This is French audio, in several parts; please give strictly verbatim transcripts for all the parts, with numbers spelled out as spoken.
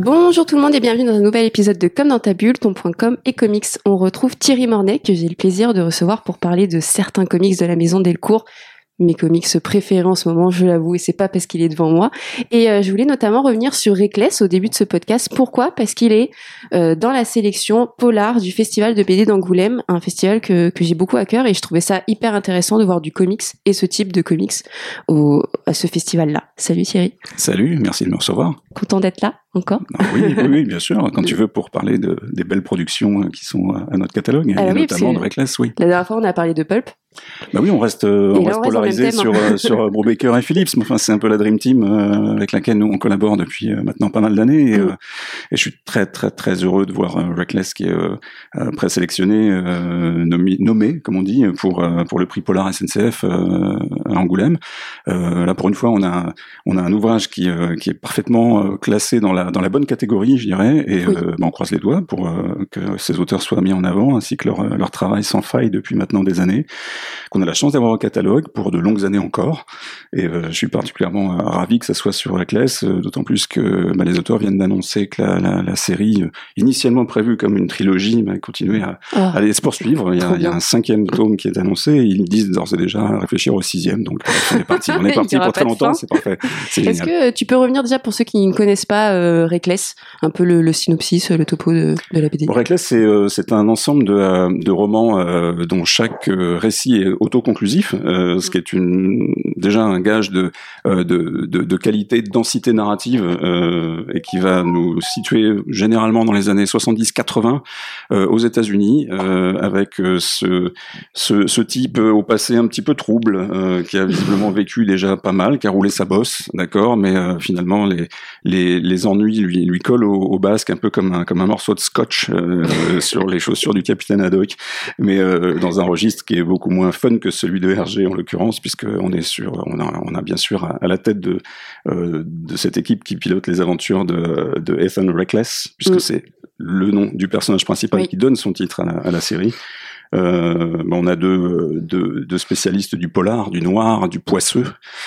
Bonjour tout le monde et bienvenue dans un nouvel épisode de Comme dans ta bulle, ton point com et comics. On retrouve Thierry Mornay que j'ai le plaisir de recevoir pour parler de certains comics de la maison Delcourt. Mes comics préférés en ce moment, je l'avoue, et c'est pas parce qu'il est devant moi. Et euh, je voulais notamment revenir sur Reckless au début de ce podcast. Pourquoi ? Parce qu'il est euh, dans la sélection Polar du Festival de B D d'Angoulême, un festival que, que j'ai beaucoup à cœur, et je trouvais ça hyper intéressant de voir du comics et ce type de comics au, à ce festival-là. Salut Thierry. Salut, merci de me recevoir. Content d'être là, encore ? Ah oui, oui, oui, bien sûr, quand tu veux, pour parler de, des belles productions qui sont à notre catalogue, ah et oui, notamment de Reckless, oui. La dernière fois, on a parlé de Pulp. Bah oui, on reste, euh, on là, reste on polarisé reste sur, euh, sur Brubaker et Phillips. Mais enfin, c'est un peu la Dream Team euh, avec laquelle nous on collabore depuis euh, maintenant pas mal d'années. Et, mm. euh, et je suis très, très, très heureux de voir euh, Reckless qui est euh, présélectionné, euh, nommé, nommé, comme on dit, pour euh, pour le prix Polar S N C F euh, à Angoulême. Euh, là, pour une fois, on a on a un ouvrage qui euh, qui est parfaitement euh, classé dans la dans la bonne catégorie, je dirais. Et oui. euh, bah, on croise les doigts pour euh, que ces auteurs soient mis en avant, ainsi que leur leur travail sans faille depuis maintenant des années, qu'on a la chance d'avoir au catalogue pour de longues années encore, et euh, je suis particulièrement euh, ravi que ça soit sur Reckless, euh, d'autant plus que bah, les auteurs viennent d'annoncer que la, la, la série, euh, initialement prévue comme une trilogie, bah, continuer à, oh, à aller se poursuivre. Il y, a, il y a un cinquième tome qui est annoncé, et ils disent d'ores et déjà à réfléchir au sixième, donc on est parti, on est parti pour très longtemps, c'est parfait, c'est Est-ce génial. que tu peux revenir déjà pour ceux qui ne connaissent pas euh, Reckless, un peu le, le synopsis, le topo de, de la B D? Bon, Reckless, c'est, euh, c'est un ensemble de, euh, de romans euh, dont chaque euh, récit est autoconclusif, euh, ce qui est une, déjà un gage de, euh, de, de, de qualité, de densité narrative, euh, et qui va nous situer généralement dans les années soixante-dix quatre-vingts euh, aux États-Unis, euh, avec euh, ce, ce, ce type euh, au passé un petit peu trouble, euh, qui a visiblement vécu déjà pas mal, qui a roulé sa bosse, d'accord, mais euh, finalement les, les, les ennuis lui, lui collent au, au basque un peu comme un, comme un morceau de scotch euh, sur les chaussures du capitaine Haddock, mais euh, dans un registre qui est beaucoup moins fun que celui de Hergé en l'occurrence, puisque on est sur, on a, on a bien sûr à, à la tête de euh, de cette équipe qui pilote les aventures de, de Ethan Reckless, puisque mm. c'est le nom du personnage principal oui. qui donne son titre à la, à la série. Euh, on a deux, deux, deux spécialistes du polar, du noir, du poisseux,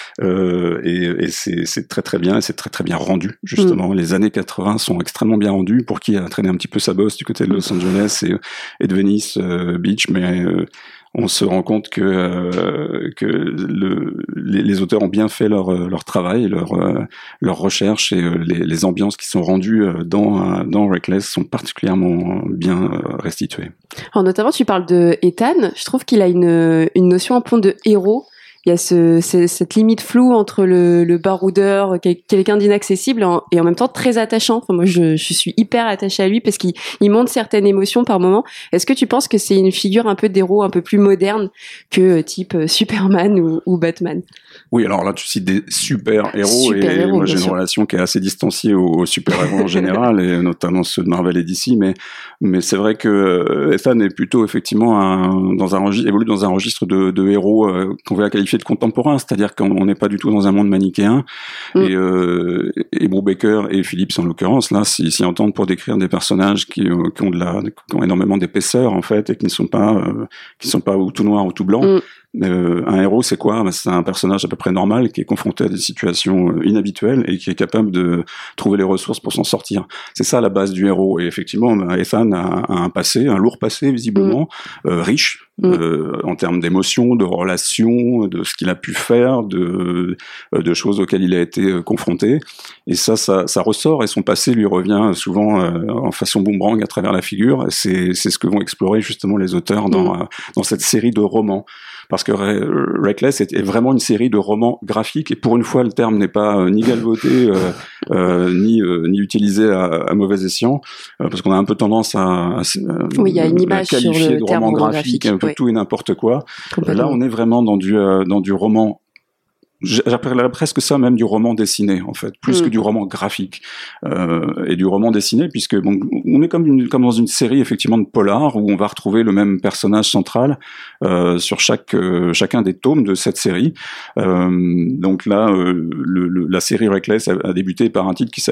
euh, et, et c'est, c'est très très bien, et c'est très très bien rendu justement. Mm. Les années quatre-vingts sont extrêmement bien rendues pour qui a traîné un petit peu sa bosse du côté de Los Angeles et, et de Venice euh, Beach, mais euh, on se rend compte que euh, que le, les, les auteurs ont bien fait leur leur travail, leur euh, leur recherche, et euh, les, les ambiances qui sont rendues dans dans Reckless sont particulièrement bien restituées. Alors notamment, tu parles de Ethan. Je trouve qu'il a une une notion un peu de héros. Il y a ce, ce, cette limite floue entre le, le baroudeur, quelqu'un d'inaccessible, et en même temps très attachant. Enfin, moi, je, je suis hyper attachée à lui parce qu'il il montre certaines émotions par moment. Est-ce que tu penses que c'est une figure un peu d'héros un peu plus moderne que type Superman ou, ou Batman ? Oui, alors là, tu cites des super-héros, super et héros, moi, j'ai une sûr. relation qui est assez distanciée aux, aux super-héros en général, et notamment ceux de Marvel et D C, mais, mais c'est vrai que Ethan est plutôt, effectivement, un, dans un registre, évolue dans un registre de, de héros euh, qu'on va qualifier de contemporain, c'est-à-dire qu'on n'est pas du tout dans un monde manichéen, mm. et, euh, et Brubaker et Phillips, en l'occurrence, là, s'y, s'y entendent pour décrire des personnages qui, euh, qui ont de la, qui ont énormément d'épaisseur, en fait, et qui ne sont pas, euh, qui sont pas ou tout noir ou tout blanc. Mm. Euh, un héros, c'est quoi ? Ben, c'est un personnage à peu près normal qui est confronté à des situations euh, inhabituelles et qui est capable de trouver les ressources pour s'en sortir. C'est ça la base du héros. Et effectivement, ben, Ethan a, a un passé, un lourd passé visiblement, mmh. euh, riche mmh. euh, en termes d'émotions, de relations, de ce qu'il a pu faire, de, de choses auxquelles il a été confronté. Et ça, ça, ça ressort, et son passé lui revient souvent euh, en façon boomerang à travers la figure. C'est, c'est ce que vont explorer justement les auteurs dans, mmh. euh, dans cette série de romans. Parce que Reckless est vraiment une série de romans graphiques, et pour une fois le terme n'est pas euh, ni galvaudé euh, euh, ni euh, ni utilisé à, à mauvais escient, euh, parce qu'on a un peu tendance à, à, à oui, il y a une image qualifier sur le de terme roman graphique, graphique, un peu oui. tout et n'importe quoi. Là, on est vraiment dans du euh, dans du roman. J'appellerais presque ça même du roman dessiné, en fait, plus mmh. que du roman graphique, euh, et du roman dessiné, puisque bon, on est comme, une, comme dans une série effectivement de polar où on va retrouver le même personnage central euh, sur chaque euh, chacun des tomes de cette série. Euh, donc là, euh, le, le, la série Reckless a, a débuté par un titre qui s'appelait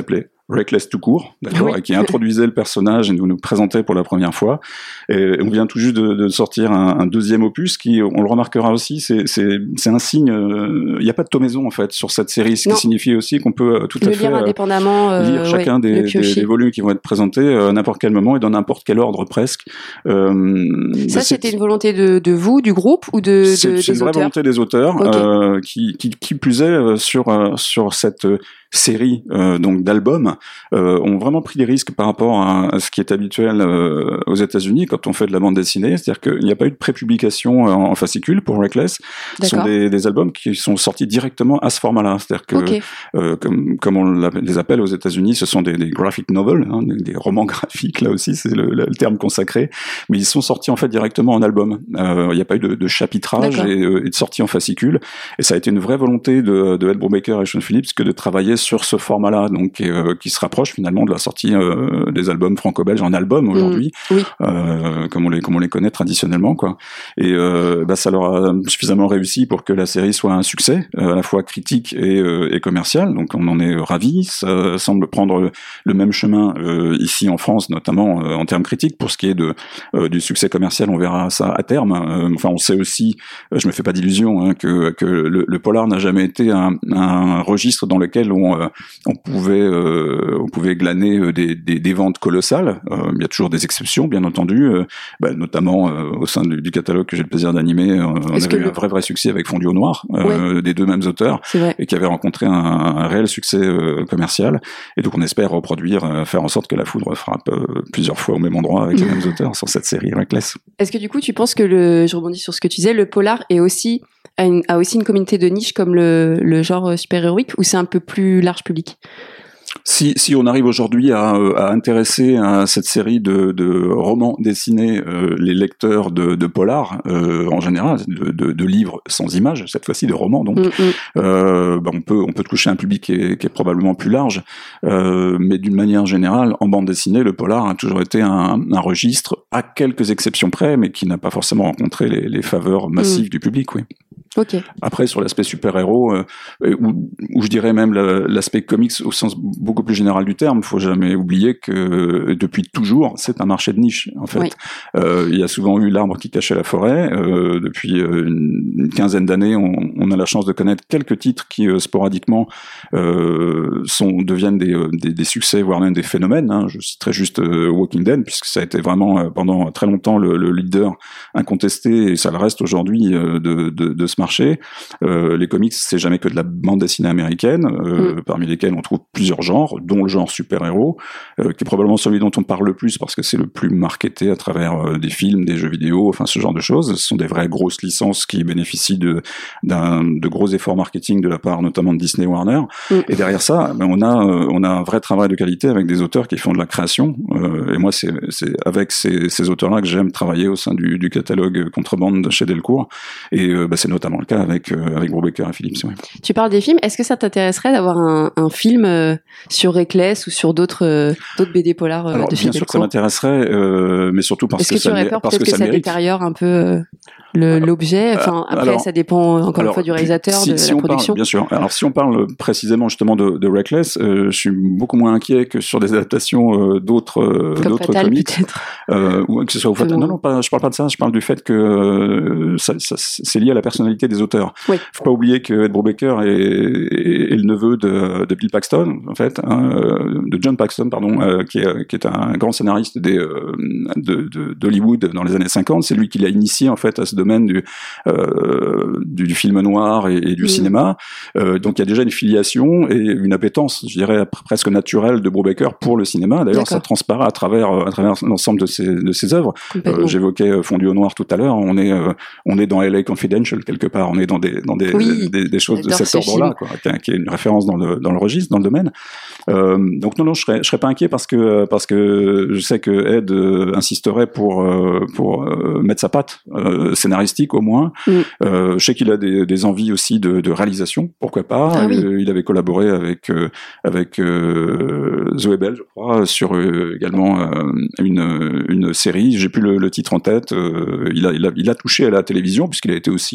Reckless tout court, d'accord, Oui. et qui introduisait le personnage et nous nous présentait pour la première fois. Et on vient tout juste de, de sortir un, un deuxième opus qui, on le remarquera aussi, c'est, c'est, c'est un signe. Il euh, n'y a pas de tomaison en fait sur cette série, ce non. qui signifie aussi qu'on peut euh, tout le à fait lire indépendamment, euh, lire euh, chacun ouais, des, des, des volumes qui vont être présentés à euh, n'importe quel moment et dans n'importe quel ordre presque. Euh, Ça, c'était une volonté de, de vous, du groupe, ou de, c'est, de c'est des une vraie auteurs volonté des auteurs, okay. euh, qui, qui, qui plus est euh, sur euh, sur cette euh, série euh, donc d'albums euh, ont vraiment pris des risques par rapport à, à ce qui est habituel euh, aux États-Unis quand on fait de la bande dessinée, c'est-à-dire qu'il n'y a pas eu de prépublication en, en fascicule pour Reckless. Ce sont des, des albums qui sont sortis directement à ce format-là, c'est-à-dire que okay. euh, comme, comme on les appelle aux États-Unis, ce sont des, des graphic novels, hein, des, des romans graphiques, là aussi c'est le, le terme consacré, mais ils sont sortis en fait directement en album. Euh, il n'y a pas eu de, de chapitrage et, euh, et de sortie en fascicule, et ça a été une vraie volonté de, de Ed Brubaker et Sean Phillips que de travailler sur ce format-là, donc euh, qui se rapproche finalement de la sortie euh, des albums franco-belges en album aujourd'hui, mmh, oui. euh, comme on les comme on les connaît traditionnellement, quoi. Et euh, bah, ça leur a suffisamment réussi pour que la série soit un succès, euh, à la fois critique et, euh, et commercial. Donc on en est ravis. Ça semble prendre le même chemin euh, ici en France, notamment euh, en termes critiques. Pour ce qui est de euh, du succès commercial, on verra ça à terme. Euh, enfin, on sait aussi, je me fais pas d'illusions, hein, que que le, le polar n'a jamais été un, un registre dans lequel on euh, on pouvait euh, on pouvait glaner des, des, des ventes colossales. Euh, il y a toujours des exceptions, bien entendu, euh, bah, notamment euh, au sein du, du catalogue que j'ai le plaisir d'animer. Euh, on avait eu le... un vrai vrai succès avec Fondu au noir, euh, ouais. des deux mêmes auteurs, et qui avait rencontré un, un réel succès euh, commercial. Et donc on espère reproduire, euh, faire en sorte que La Foudre frappe euh, plusieurs fois au même endroit avec les mêmes auteurs sur cette série Reckless. Est-ce que du coup tu penses que le, je rebondis sur ce que tu disais, le polar est aussi a, une, a aussi une communauté de niche comme le, le genre super-héroïque, ou c'est un peu plus large public? Si, si on arrive aujourd'hui à, à intéresser à cette série de, de romans dessinés euh, les lecteurs de, de polar euh, en général, de, de, de livres sans images, cette fois-ci de romans donc, mm-hmm. euh, bah on peut on peut toucher un public qui est, qui est probablement plus large, euh, mais d'une manière générale, en bande dessinée, le polar a toujours été un, un registre, à quelques exceptions près, mais qui n'a pas forcément rencontré les, les faveurs massives mm. du public, oui. Okay. Après, sur l'aspect super-héros, euh, où, où je dirais même la, l'aspect comics au sens beaucoup plus général du terme, il faut jamais oublier que depuis toujours, c'est un marché de niche, en fait. Oui. Euh, il y a souvent eu l'arbre qui cachait la forêt. Euh, depuis une, une quinzaine d'années, on, on a la chance de connaître quelques titres qui, euh, sporadiquement, euh, sont, deviennent des, des, des succès, voire même des phénomènes. Hein. Je citerai juste euh, Walking Dead, puisque ça a été vraiment, euh, pendant très longtemps, le, le leader incontesté, et ça le reste aujourd'hui, euh, de, de, de ce marché. Euh, les comics, c'est jamais que de la bande dessinée américaine, euh, mm. parmi lesquels on trouve plusieurs genres, dont le genre super-héros, euh, qui est probablement celui dont on parle le plus parce que c'est le plus marketé à travers euh, des films, des jeux vidéo, enfin ce genre de choses. Ce sont des vraies grosses licences qui bénéficient de, d'un, de gros efforts marketing de la part notamment de Disney Warner. Mm. Et derrière ça, ben, on a euh, on a un vrai travail de qualité avec des auteurs qui font de la création. Euh, et moi, c'est, c'est avec ces, ces auteurs-là que j'aime travailler au sein du, du catalogue Contrebande de chez Delcourt. Et euh, ben, c'est notamment le cas avec euh, avec Brubaker et Phillips. Ouais. Tu parles des films. Est-ce que ça t'intéresserait d'avoir un, un film euh, sur Reckless ou sur d'autres euh, d'autres B D polars euh, Alors, de bien sûr que ça m'intéresserait, euh, mais surtout parce Est-ce que, que, ça, tu aurais peur parce peut-être que, que ça, ça détériore un peu euh, le, l'objet. Enfin, après, alors, ça dépend encore alors, une fois du réalisateur, si, de si la on production. Parle, bien sûr. Alors, si on parle précisément justement de, de Reckless, euh, je suis beaucoup moins inquiet que sur des adaptations euh, d'autres euh, Comme d'autres Fatal, comics, peut-être. Euh, ou que ce soit au Fatal. Non, non, pas, je parle pas de ça. Je parle du fait que euh, ça, ça, c'est lié à la personnalité des auteurs. Oui. Faut pas oublier que Ed Brubaker est, est, est le neveu de, de Bill Paxton, en fait, hein, de John Paxton, pardon, euh, qui, est, qui est un grand scénariste des, euh, de, de, d'Hollywood dans les années cinquante. C'est lui qui l'a initié en fait à ce domaine du euh, du, du film noir et, et du mmh. cinéma. Euh, donc il y a déjà une filiation et une appétence, je dirais presque naturelle de Brubaker pour le cinéma. D'ailleurs, D'accord. ça transparaît à travers à travers l'ensemble de ses de ses œuvres. Euh, j'évoquais Fondu au noir tout à l'heure. On est euh, on est dans L A Confidential quelque part. On est dans des dans des oui, des, des choses de cet ordre-là, quoi, qui, qui est une référence dans le dans le registre, dans le domaine. Euh, donc non non, je serais je serais pas inquiet parce que parce que je sais que Ed euh, insisterait pour euh, pour euh, mettre sa patte euh, scénaristique au moins. Mm. Euh, je sais qu'il a des, des envies aussi de, de réalisation, pourquoi pas. Ah, oui. euh, il avait collaboré avec euh, avec euh, Zoé Bell, je crois, sur euh, également euh, une une série. J'ai plus le, le titre en tête. Euh, il a il a il a touché à la télévision puisqu'il a été aussi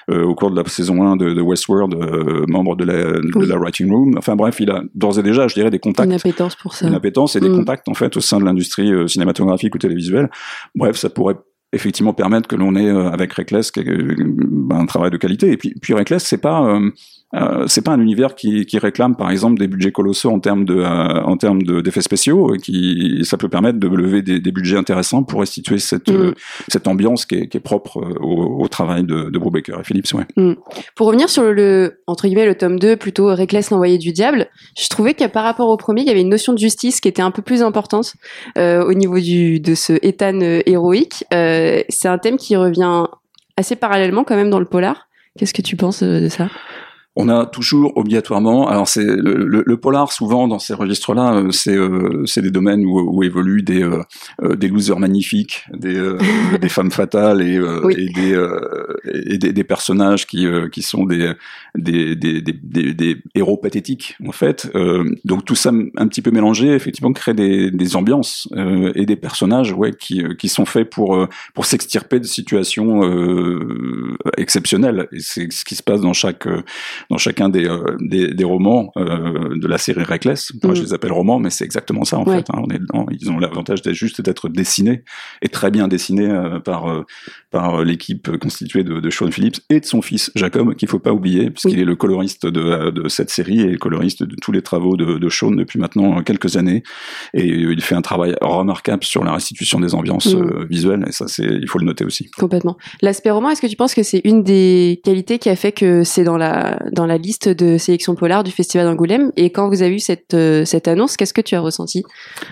euh, au cours de la saison un de, de Westworld, euh, membre de la, de oui. la writing room. Enfin bref, il a d'ores et déjà, je dirais, des contacts. Une appétence pour ça. Une appétence et des mm. contacts, en fait, au sein de l'industrie euh, cinématographique ou télévisuelle. Bref, ça pourrait effectivement permettre que l'on ait euh, avec Reckless euh, un travail de qualité. Et puis, puis Reckless, c'est pas euh, euh, c'est pas un univers qui, qui réclame par exemple des budgets colossaux en termes de euh, en termes de, d'effets spéciaux. Et qui ça peut permettre de lever des, des budgets intéressants pour restituer cette mmh. euh, cette ambiance qui est, qui est propre au, au travail de, de Brubaker et Phillips. Ouais. Mmh. Pour revenir sur le, le entre guillemets le tome deux, plutôt Reckless l'envoyé du diable, je trouvais que par rapport au premier, il y avait une notion de justice qui était un peu plus importante euh, au niveau du de ce Ethan euh, héroïque. Euh, c'est un thème qui revient assez parallèlement quand même dans le polar. Qu'est-ce que tu penses de ça ? On a toujours obligatoirement, alors c'est le, le, le polar souvent dans ces registres-là, c'est euh, c'est des domaines où, où évoluent des euh, des losers magnifiques, des euh, des femmes fatales et, euh, oui. et des euh, et des, des personnages qui euh, qui sont des des, des des des des héros pathétiques en fait. Euh, donc tout ça un petit peu mélangé, effectivement, crée des des ambiances euh, et des personnages ouais qui qui sont faits pour pour s'extirper de situations euh, exceptionnelles. Et c'est ce qui se passe dans chaque dans chacun des, euh, des, des romans euh, de la série Reckless. Moi, mmh. je les appelle romans, mais c'est exactement ça, en ouais. fait. Hein. On est dedans. Ils ont l'avantage d'être juste d'être dessinés, et très bien dessinés euh, par, euh, par l'équipe constituée de, de Sean Phillips et de son fils Jacob, qu'il faut pas oublier, puisqu'il oui. est le coloriste de, de cette série et le coloriste de tous les travaux de, de Sean depuis maintenant quelques années. Et il fait un travail remarquable sur la restitution des ambiances mmh. euh, visuelles, et ça, c'est, il faut le noter aussi. Complètement. L'aspect roman, est-ce que tu penses que c'est une des qualités qui a fait que c'est dans la dans la liste de sélection polar du Festival d'Angoulême? Et quand vous avez eu cette, euh, cette annonce, qu'est-ce que tu as ressenti?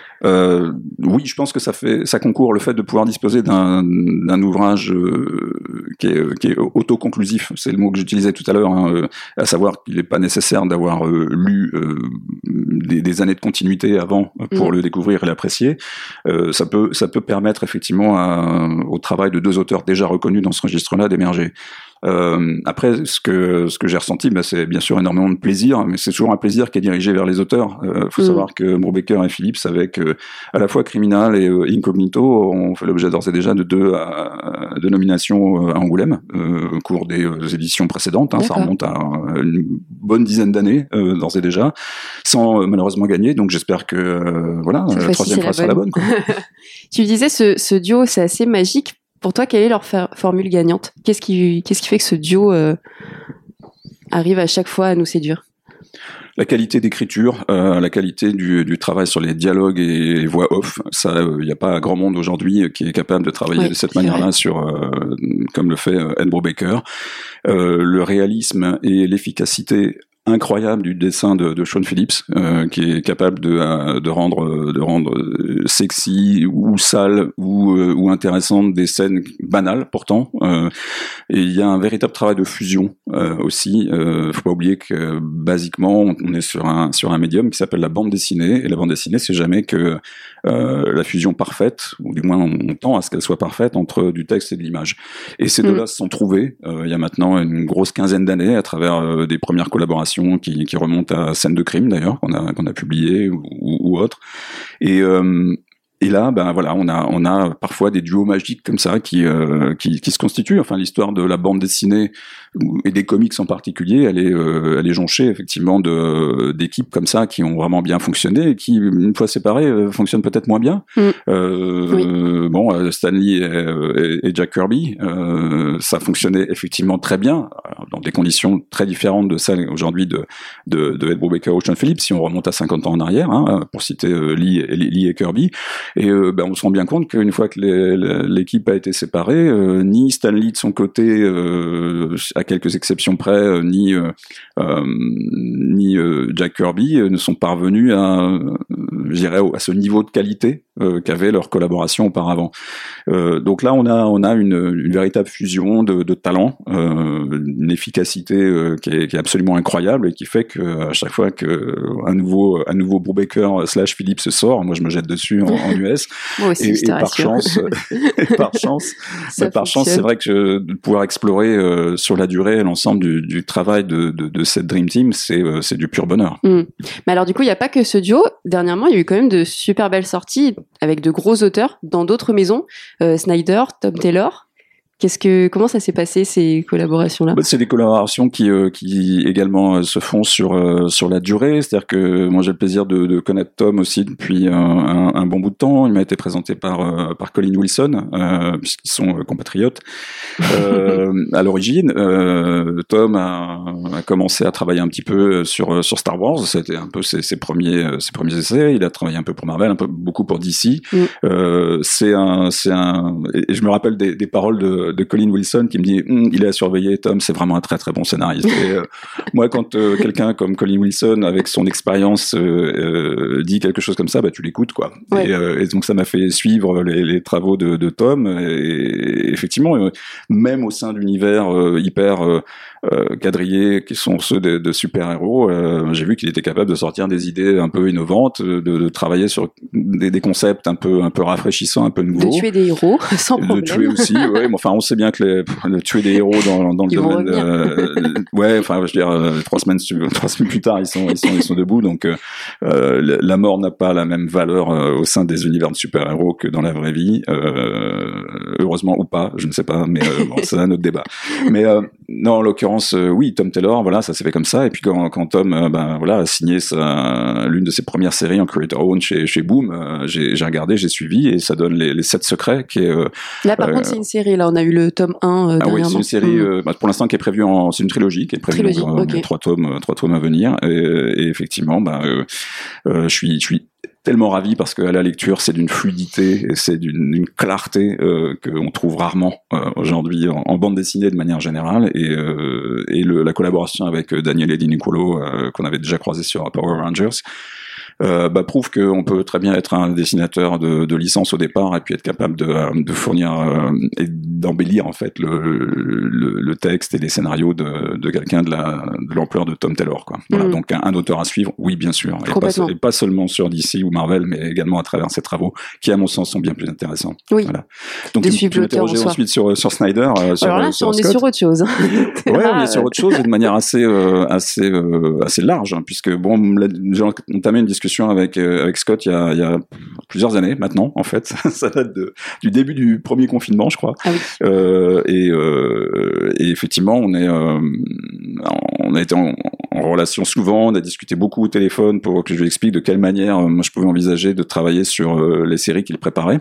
Euh, oui, je pense que ça fait, ça concourt le fait de pouvoir disposer d'un, d'un ouvrage euh, qui est, qui est autoconclusif. C'est le mot que j'utilisais tout à l'heure, hein, euh, à savoir qu'il n'est pas nécessaire d'avoir euh, lu euh, des, des années de continuité avant pour mmh. le découvrir et l'apprécier. Euh, ça peut, ça peut permettre effectivement à, au travail de deux auteurs déjà reconnus dans ce registre-là d'émerger. Euh, après, ce que ce que j'ai ressenti, bah, c'est bien sûr énormément de plaisir, mais c'est toujours un plaisir qui est dirigé vers les auteurs. Il euh, faut mmh. savoir que Brubaker et Phillips, avec euh, à la fois Criminal et euh, Incognito, ont fait l'objet d'ores et déjà de deux, euh, deux nominations à Angoulême euh, au cours des euh, éditions précédentes. Hein, ça remonte à une bonne dizaine d'années euh, d'ores et déjà, sans euh, malheureusement gagner. Donc j'espère que euh, voilà, Cette la troisième phrase sera la bonne. Quoi. Tu disais ce, ce duo, c'est assez magique. Pour toi, quelle est leur fa- formule gagnante ? Qu'est-ce qui, qu'est-ce qui fait que ce duo euh, arrive à chaque fois à nous séduire ? La qualité d'écriture, euh, la qualité du, du travail sur les dialogues et les voix off, ça, il euh, n'y a pas grand monde aujourd'hui qui est capable de travailler oui, de cette manière-là vrai. sur, euh, comme le fait Ed Brubaker. Euh, le réalisme et l'efficacité incroyable du dessin de, de Sean Phillips, euh, qui est capable de, euh, de rendre, de rendre sexy ou sale ou, euh, ou intéressante des scènes banales pourtant. Euh, et il y a un véritable travail de fusion euh, aussi. Euh, faut pas oublier que basiquement on est sur un sur un médium qui s'appelle la bande dessinée, et la bande dessinée c'est jamais que euh, la fusion parfaite, ou du moins on tend à ce qu'elle soit parfaite entre du texte et de l'image. Et ces mmh. deux-là se sont trouvés euh, il y a maintenant une grosse quinzaine d'années à travers euh, des premières collaborations qui, qui remonte à Scène de crime d'ailleurs qu'on a qu'on a publié ou, ou autre. Et euh, Et là, ben voilà, on a on a parfois des duos magiques comme ça qui euh, qui, qui se constituent. Enfin, l'histoire de la bande dessinée et des comics en particulier, elle est euh, elle est jonchée effectivement de d'équipes comme ça qui ont vraiment bien fonctionné et qui, une fois séparées, euh, fonctionnent peut-être moins bien. Mm. Euh, oui. euh, bon, Stan Lee et, et, et Jack Kirby, euh, ça fonctionnait effectivement très bien dans des conditions très différentes de celles aujourd'hui de de, de Ed Brubaker ou Sean Phillips. Si on remonte à cinquante ans en arrière, hein, pour citer euh, Lee, Lee et Kirby. Et euh, ben, on se rend bien compte qu'une fois que les, l'équipe a été séparée, euh, ni Stan Lee de son côté, euh, à quelques exceptions près, euh, ni euh, euh, ni euh, Jack Kirby euh, ne sont parvenus à, euh, je dirais, à ce niveau de qualité euh, qu'avait leur collaboration auparavant. Euh, donc là, on a on a une, une véritable fusion de, de talents, euh, une efficacité euh, qui, est, qui est absolument incroyable et qui fait que à chaque fois que un nouveau un nouveau Brubaker slash Phillips sort, moi je me jette dessus en, en U S. Moi aussi, et, je te et par chance, et par chance, mais par chance, c'est vrai que je, de pouvoir explorer euh, sur la durée l'ensemble du, du travail de, de, de cette Dream Team, c'est euh, c'est du pur bonheur. Mm. Mais alors du coup, il n'y a pas que ce duo. Dernièrement, il y a eu quand même de super belles sorties avec de gros auteurs dans d'autres maisons, euh, Snyder, Tom Taylor. Qu'est-ce que, comment ça s'est passé ces collaborations-là? Bah, c'est des collaborations qui, euh, qui également euh, se font sur euh, sur la durée. C'est-à-dire que moi j'ai le plaisir de, de connaître Tom aussi depuis un, un, un bon bout de temps. Il m'a été présenté par euh, par Colin Wilson, euh, puisqu'ils sont euh, compatriotes euh, à l'origine. Euh, Tom a, a commencé à travailler un petit peu sur sur Star Wars. C'était un peu ses, ses premiers ses premiers essais. Il a travaillé un peu pour Marvel, un peu beaucoup pour D C. Mm. Euh, c'est un c'est un et je me rappelle des, des paroles de, de Colin Wilson qui me dit hm, il est à surveiller, Tom, c'est vraiment un très très bon scénariste. Et, euh, moi, quand euh, quelqu'un comme Colin Wilson, avec son expérience, euh, euh, dit quelque chose comme ça, bah tu l'écoutes, quoi. Ouais. Et, euh, et donc ça m'a fait suivre les, les travaux de, de Tom. Et, et effectivement, euh, même au sein d'univers euh, hyper euh, euh, quadrillés, qui sont ceux de, de super-héros, euh, j'ai vu qu'il était capable de sortir des idées un peu innovantes, de, de travailler sur des, des concepts un peu un peu rafraîchissants, un peu nouveaux. De tuer des héros sans problème. De tuer aussi, ouais. Mais enfin, on sait bien que les, de tuer des héros dans, dans le ils domaine, euh, ouais. Enfin, je veux dire, euh, trois semaines, trois semaines plus tard, ils sont, ils sont, ils sont debout. Donc, euh, la mort n'a pas la même valeur euh, au sein des univers de super-héros que dans la vraie vie. Euh, heureusement ou pas, je ne sais pas, mais euh, bon, c'est un autre débat. Mais euh, non, en l'occurrence, euh, oui, Tom Taylor, voilà, ça s'est fait comme ça. Et puis quand, quand Tom, euh, ben voilà, a signé sa, l'une de ses premières séries en creator own chez, chez Boom, euh, j'ai, j'ai regardé, j'ai suivi, et ça donne les, les sept secrets qui est. Euh, là, par euh, contre, c'est une série. Là, on a eu le tome un. Euh, ah oui, c'est une série. Mmh. Euh, bah, pour l'instant, qui est prévue en, c'est une trilogie qui est prévue. Trilogie, donc, euh, okay. trois tomes, trois tomes à venir. Et, et effectivement, bah, euh, euh, je suis, je suis. tellement ravi parce qu'à la lecture c'est d'une fluidité et c'est d'une, d'une clarté euh, qu'on trouve rarement euh, aujourd'hui en, en bande dessinée de manière générale, et, euh, et le, la collaboration avec Daniele Di Nicuolo euh, qu'on avait déjà croisé sur Power Rangers Euh, bah, prouve qu'on peut très bien être un dessinateur de, de licence au départ et puis être capable de, de fournir euh, et d'embellir en fait le, le, le texte et les scénarios de, de quelqu'un de, la, de l'ampleur de Tom Taylor, quoi. Voilà, mmh. Donc un, un auteur à suivre, oui bien sûr, et pas, et pas seulement sur D C ou Marvel, mais également à travers ses travaux qui à mon sens sont bien plus intéressants. Oui. Voilà. Donc tu, tu m'interrogeais ensuite sur, sur Snyder. Euh, sur, Alors là, sur on Scott. est sur autre chose. Ouais, on est sur autre chose et de manière assez euh, assez euh, assez large, hein, puisque bon, j'ai entamé une discussion avec euh, avec Scott il y a il y a plusieurs années maintenant, en fait. Ça date de, du début du premier confinement, je crois. Ah oui. Euh, et, euh, et effectivement, on est euh, on a été en, en relation souvent, on a discuté beaucoup au téléphone pour que je lui explique de quelle manière euh, moi je pouvais envisager de travailler sur euh, les séries qu'il préparait,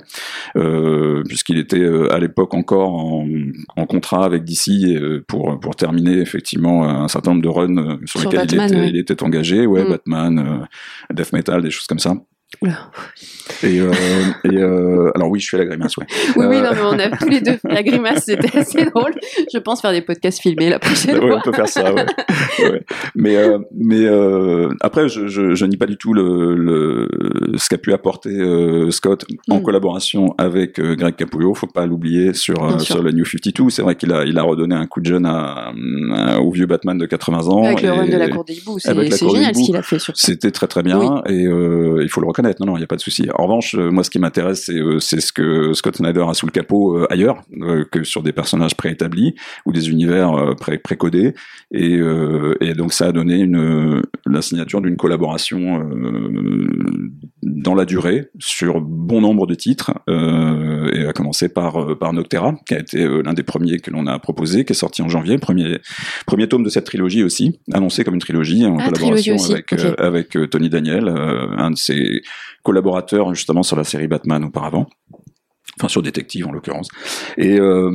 euh, puisqu'il était euh, à l'époque encore en, en contrat avec D C euh, pour pour terminer effectivement un certain nombre de runs euh, sur, sur lesquels Batman, il, était, ouais. il était engagé, ouais, mm. Batman, euh, Death Metal, des choses comme ça. Oula. Et, euh, et euh, alors oui, je fais la grimace, ouais. Oui, euh... oui, non, mais on a tous les deux fait la grimace, c'était assez drôle. Je pense faire des podcasts filmés la prochaine ouais, fois. On peut faire ça, ouais. ouais. Mais, euh, mais euh, après, je, je, je nie pas du tout le, le, ce qu'a pu apporter euh, Scott mm. en collaboration avec euh, Greg Capullo. Faut pas l'oublier sur euh, sur le New cinquante-deux. C'est vrai qu'il a il a redonné un coup de jeune à, à, au vieux Batman de quatre-vingts ans. Avec et, le run de la Cour des Hiboux, c'est, c'est génial ce qu'il a fait sur ça. C'était très très bien, oui. Et euh, il faut le reconnaître. Non, non, il y a pas de souci. En revanche, euh, moi, ce qui m'intéresse, c'est, euh, c'est ce que Scott Snyder a sous le capot euh, ailleurs, euh, que sur des personnages préétablis ou des univers euh, pré- précodés. Et, euh, et donc, ça a donné une, la signature d'une collaboration euh, dans la durée sur bon nombre de titres, euh, et à commencer par par Noctera, qui a été euh, l'un des premiers que l'on a proposé, qui est sorti en janvier, premier premier tome de cette trilogie aussi, annoncé comme une trilogie en ah, collaboration trilogie avec okay. euh, avec euh, Tony Daniel, euh, un de ses collaborateurs justement sur la série Batman auparavant. Enfin sur Détective en l'occurrence, et euh,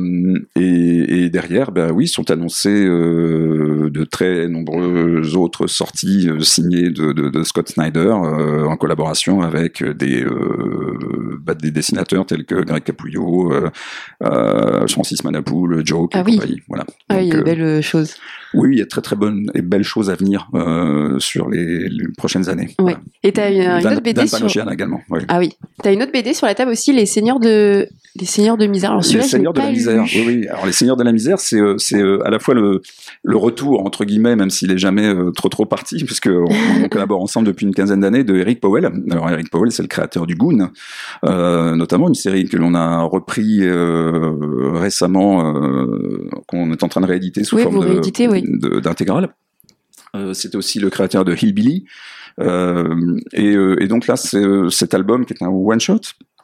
et, et derrière, ben oui, sont annoncés euh, de très nombreuses autres sorties euh, signées de, de, de Scott Snyder euh, en collaboration avec des euh, bah, des dessinateurs tels que Greg Capullo, euh, euh, Francis Manapoul, Joe ah et oui. compagnie. Voilà. Ah, donc, il y a de belles euh, choses. Oui, il y a très très bonnes et belles choses à venir euh, sur les, les prochaines années. Ouais. Voilà. Et t'as une, une Dan, autre B D Dan sur. Panosian également. Oui. Ah oui. T'as une autre B D sur la table aussi, les Seigneurs de les Seigneurs de misère. Alors celui-là, les Seigneurs je l'ai de pas la misère. Lu. Oui, oui. Alors les Seigneurs de la misère, c'est c'est à la fois le le retour entre guillemets, même s'il est jamais trop trop parti, puisque on, on collabore ensemble depuis une quinzaine d'années, de Eric Powell. Alors Eric Powell, c'est le créateur du Goon, euh, notamment une série que l'on a repris euh, récemment, euh, qu'on est en train de rééditer sous oui, forme de, oui. de, d'intégrale. Euh, c'était aussi le créateur de Hillbilly. Euh, et, euh, et donc là, c'est cet album qui est un one shot.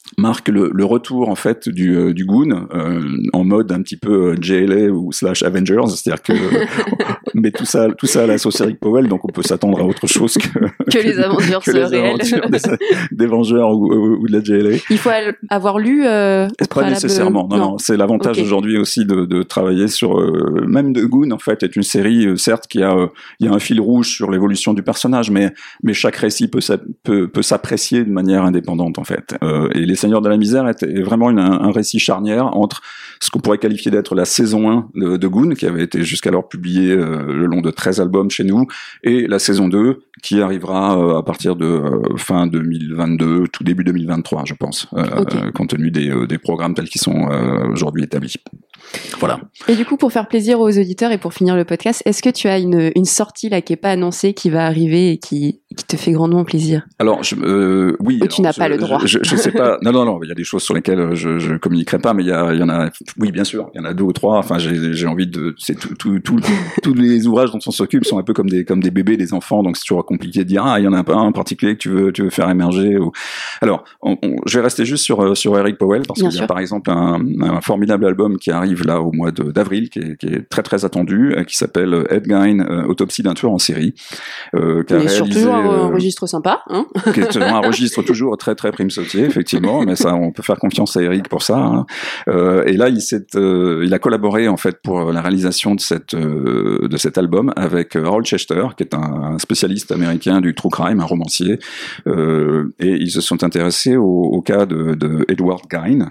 marque le, le retour en fait du, euh, du Goon euh, en mode un petit peu euh, J L A ou slash Avengers, c'est-à-dire que mais tout ça, tout ça à la sauce Eric Powell, donc on peut s'attendre à autre chose que que, que les aventures que les réelles, aventures des, des Vengeurs ou, ou, ou de la J L A. Il faut avoir lu. Euh, pas nécessairement, non, non, non. C'est l'avantage okay. aujourd'hui aussi de, de travailler sur euh, même de Goon en fait est une série euh, certes qui a euh, il y a un fil rouge sur l'évolution du personnage, mais mais chaque récit peut peut, peut s'apprécier de manière indépendante en fait. Euh, et les Seigneurs de la Misère est vraiment une, un récit charnière entre ce qu'on pourrait qualifier d'être la saison un de, de Goon, qui avait été jusqu'alors publiée euh, le long de treize albums chez nous, et la saison deux, qui arrivera euh, à partir de euh, fin deux mille vingt-deux, tout début deux mille vingt-trois, je pense, euh, okay. euh, compte tenu des, euh, des programmes tels qu'ils sont euh, aujourd'hui établis. Voilà. Et du coup, pour faire plaisir aux auditeurs et pour finir le podcast, est-ce que tu as une, une sortie là qui est pas annoncée, qui va arriver et qui, qui te fait grandement plaisir? Alors, je, euh, oui. Ou alors, tu n'as je, pas le droit. Je, je, je sais pas. Non, non, non. Il y a des choses sur lesquelles je, je communiquerai pas, mais il y a, il y en a. Oui, bien sûr. Il y en a deux ou trois. Enfin, j'ai, j'ai envie de. C'est tout, tout, tout, tous les ouvrages dont on s'occupe sont un peu comme des, comme des bébés, des enfants. Donc, c'est toujours compliqué de dire ah, il y en a un en particulier que tu veux, tu veux faire émerger. Ou... Alors, on, on, je vais rester juste sur sur Eric Powell parce bien qu'il sûr. y a par exemple un, un formidable album qui arrive là au mois de d'avril, qui est, qui est très très attendu, euh, qui s'appelle Ed Gein, euh, Autopsie d'un tueur en série, euh, qui a réalisé, sur toujours un registre sympa, hein. Qui est un registre toujours très très prime sautier, effectivement, mais ça on peut faire confiance à Eric pour ça. Hein. Euh, et là il s'est, euh, il a collaboré en fait pour la réalisation de cette euh, de cet album avec Harold Chester, qui est un, un spécialiste américain du true crime, un romancier, euh, et ils se sont intéressés au, au cas de, de Edward Gein,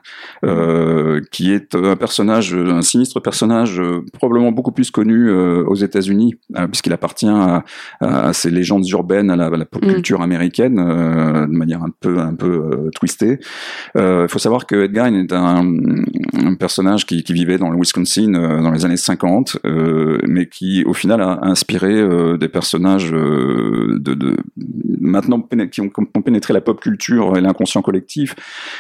euh, qui est un personnage, un sinistre personnage euh, probablement beaucoup plus connu euh, aux États-Unis, euh, puisqu'il appartient à, à ces légendes urbaines, à la, à la pop culture américaine, euh, de manière un peu un peu euh, twistée. Il euh, faut savoir que Ed Gein est un, un personnage qui, qui vivait dans le Wisconsin euh, dans les années cinquante, euh, mais qui au final a inspiré euh, des personnages euh, de, de maintenant qui ont, ont pénétré la pop culture et l'inconscient collectif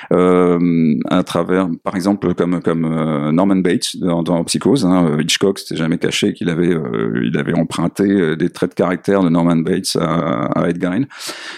euh, à travers, par exemple, comme comme euh, Norman Bates dans, dans Psychose. Hein, Hitchcock s'était jamais caché qu'il avait euh, il avait emprunté des traits de caractère de Norman Bates à, à Ed Gein.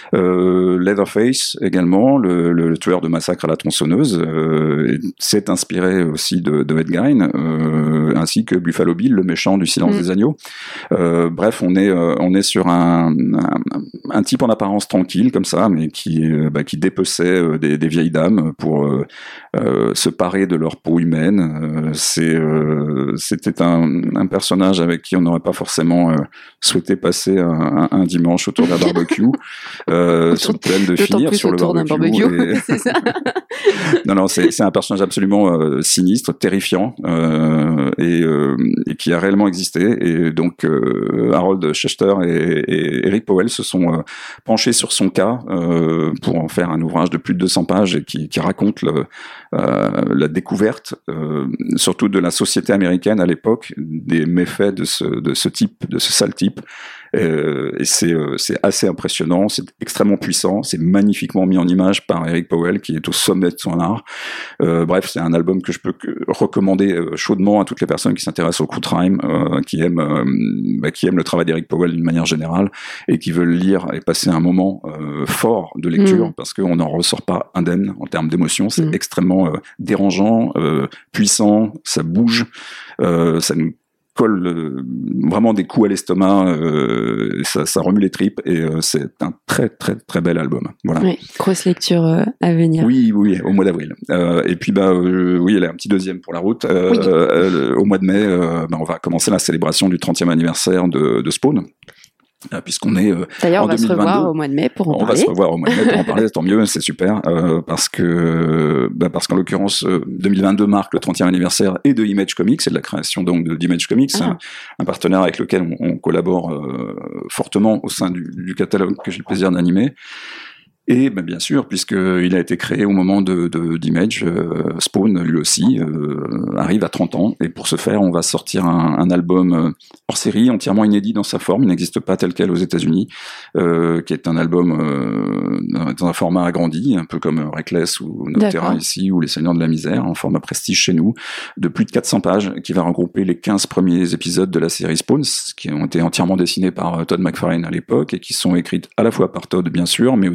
Euh, Leatherface également, le, le, le tueur de Massacre à la tronçonneuse, euh, s'est inspiré aussi de, de Ed Gein, euh, ainsi que Buffalo Bill, le méchant du Silence mmh. des agneaux. Euh, bref, on est euh, on est sur un, un un type en apparence tranquille comme ça, mais qui euh, bah, qui dépeçait des, des vieilles dames pour euh, euh, se parer de leur peau humaine. Euh, c'est euh, c'était un, un personnage avec qui on n'aurait pas forcément euh, souhaité passer un, un, un dimanche autour d'un barbecue, euh, sur le plan de finir sur le barbecue. barbecue. Et... c'est ça. non, non, c'est, c'est un personnage absolument euh, sinistre, terrifiant, euh, et, euh, et qui a réellement existé. Et donc, euh, Harold Chester et, et Eric Powell se sont euh, penchés sur son cas euh, pour en faire un ouvrage de plus de deux cents pages et qui, qui raconte le, euh, la découverte, euh, surtout de la société américaine à l'époque, des méfaits de ce, de ce type, de ce sale type. Euh, et c'est, euh, c'est assez impressionnant, c'est extrêmement puissant, c'est magnifiquement mis en image par Eric Powell qui est au sommet de son art. Euh, bref, c'est un album que je peux que recommander euh, chaudement à toutes les personnes qui s'intéressent au true crime, euh, qui aiment, euh, bah, qui aiment le travail d'Eric Powell d'une manière générale et qui veulent lire et passer un moment euh, fort de lecture mmh. parce qu'on n'en ressort pas indemne en termes d'émotion. C'est mmh. extrêmement euh, dérangeant, euh, puissant, ça bouge, euh, ça nous colle euh, vraiment des coups à l'estomac, euh, ça, ça remue les tripes et euh, c'est un très très très bel album. Voilà. Oui, grosse lecture euh, à venir. Oui, oui, au mois d'avril. Euh, et puis bah euh, oui, il y a un petit deuxième pour la route. Euh, oui. euh, au mois de mai, euh, bah, on va commencer la célébration du trentième anniversaire de, de Spawn. Puisqu'on est euh, D'ailleurs, en on va deux mille vingt-deux. Se revoir au mois de mai pour en on parler. On va se revoir au mois de mai pour en parler, tant mieux, c'est super, euh, parce que bah, parce qu'en l'occurrence, euh, deux mille vingt-deux marque le trentième anniversaire et de Image Comics, et de la création donc de, d'Image Comics, ah. un, un partenaire avec lequel on, on collabore euh, fortement au sein du, du catalogue que j'ai le plaisir d'animer. Et ben, bien sûr, puisqu'il a été créé au moment de, de, d'Image, euh, Spawn, lui aussi, euh, arrive à trente ans. Et pour ce faire, on va sortir un, un album hors série, entièrement inédit dans sa forme. Il n'existe pas tel quel aux États-Unis, euh, qui est un album euh, dans un format agrandi, un peu comme Reckless ou Noctera ici, ou Les Seigneurs de la Misère, en format prestige chez nous, de plus de quatre cents pages, qui va regrouper les quinze premiers épisodes de la série Spawn, qui ont été entièrement dessinés par Todd McFarlane à l'époque, et qui sont écrites à la fois par Todd, bien sûr, mais aussi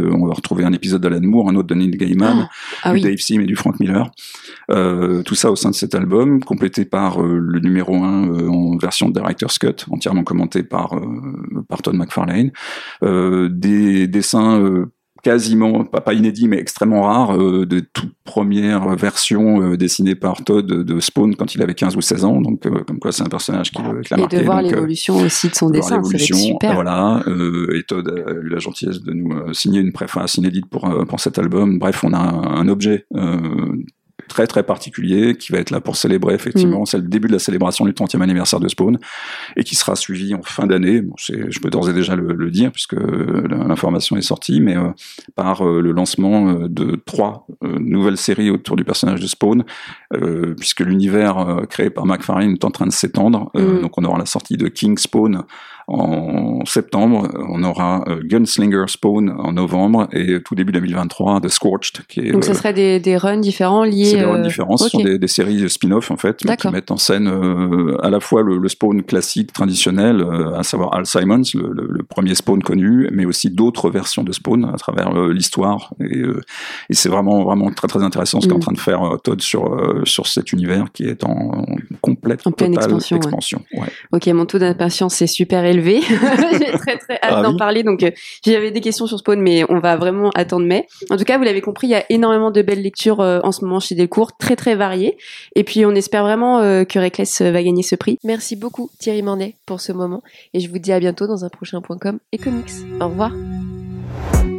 de, on va retrouver un épisode d'Alan Moore, un autre de Neil Gaiman, ah, ah du oui. Dave Sim et du Frank Miller. Euh, tout ça au sein de cet album, complété par euh, le numéro un euh, en version Director's Cut, entièrement commenté par, euh, par Todd McFarlane. Euh, des dessins euh, quasiment, pas, pas inédit, mais extrêmement rare, euh, de toute première version euh, dessinée par Todd de Spawn quand il avait quinze ou seize ans, donc euh, comme quoi c'est un personnage qui, euh, qui l'a marqué. Et de voir donc, l'évolution euh, aussi de son de dessin, ça va être super. Voilà, euh, et Todd a eu la gentillesse de nous euh, signer une préface inédite pour, euh, pour cet album. Bref, on a un, un objet euh, très très particulier qui va être là pour célébrer, effectivement, mmh. c'est le début de la célébration du trentième anniversaire de Spawn, et qui sera suivi en fin d'année, bon, c'est, je peux d'ores et déjà le, le dire, puisque l'information est sortie, mais euh, par euh, le lancement euh, de trois euh, nouvelles séries autour du personnage de Spawn, euh, puisque l'univers euh, créé par McFarlane est en train de s'étendre, euh, mmh. donc on aura la sortie de King Spawn en septembre, on aura euh, Gunslinger Spawn en novembre, et tout début deux mille vingt-trois, The Scorched, qui est... Donc ça euh, serait des, des runs différents liés... C'est des runs différents, ce okay. sont des, des séries spin-off, en fait, qui mettent en scène euh, à la fois le, le Spawn classique, traditionnel, euh, à savoir Al Simons, le, le, le premier Spawn connu, mais aussi d'autres versions de Spawn à travers euh, l'histoire, et, euh, et c'est vraiment, vraiment très très intéressant ce mmh. qu'est en train de faire euh, Todd sur, euh, sur cet univers qui est en, en complète, en pleine expansion. expansion ouais. Ouais. Ok, mon taux d'impatience est super élevé. J'ai très très hâte ah, d'en oui. parler, donc euh, j'avais des questions sur Spawn, mais on va vraiment attendre mai. En tout cas, vous l'avez compris, il y a énormément de belles lectures euh, en ce moment chez Delcourt, très très variées, et puis on espère vraiment euh, que Reckless va gagner ce prix. Merci beaucoup Thierry Mornay pour ce moment, et je vous dis à bientôt dans un prochain point com et comics. Au revoir.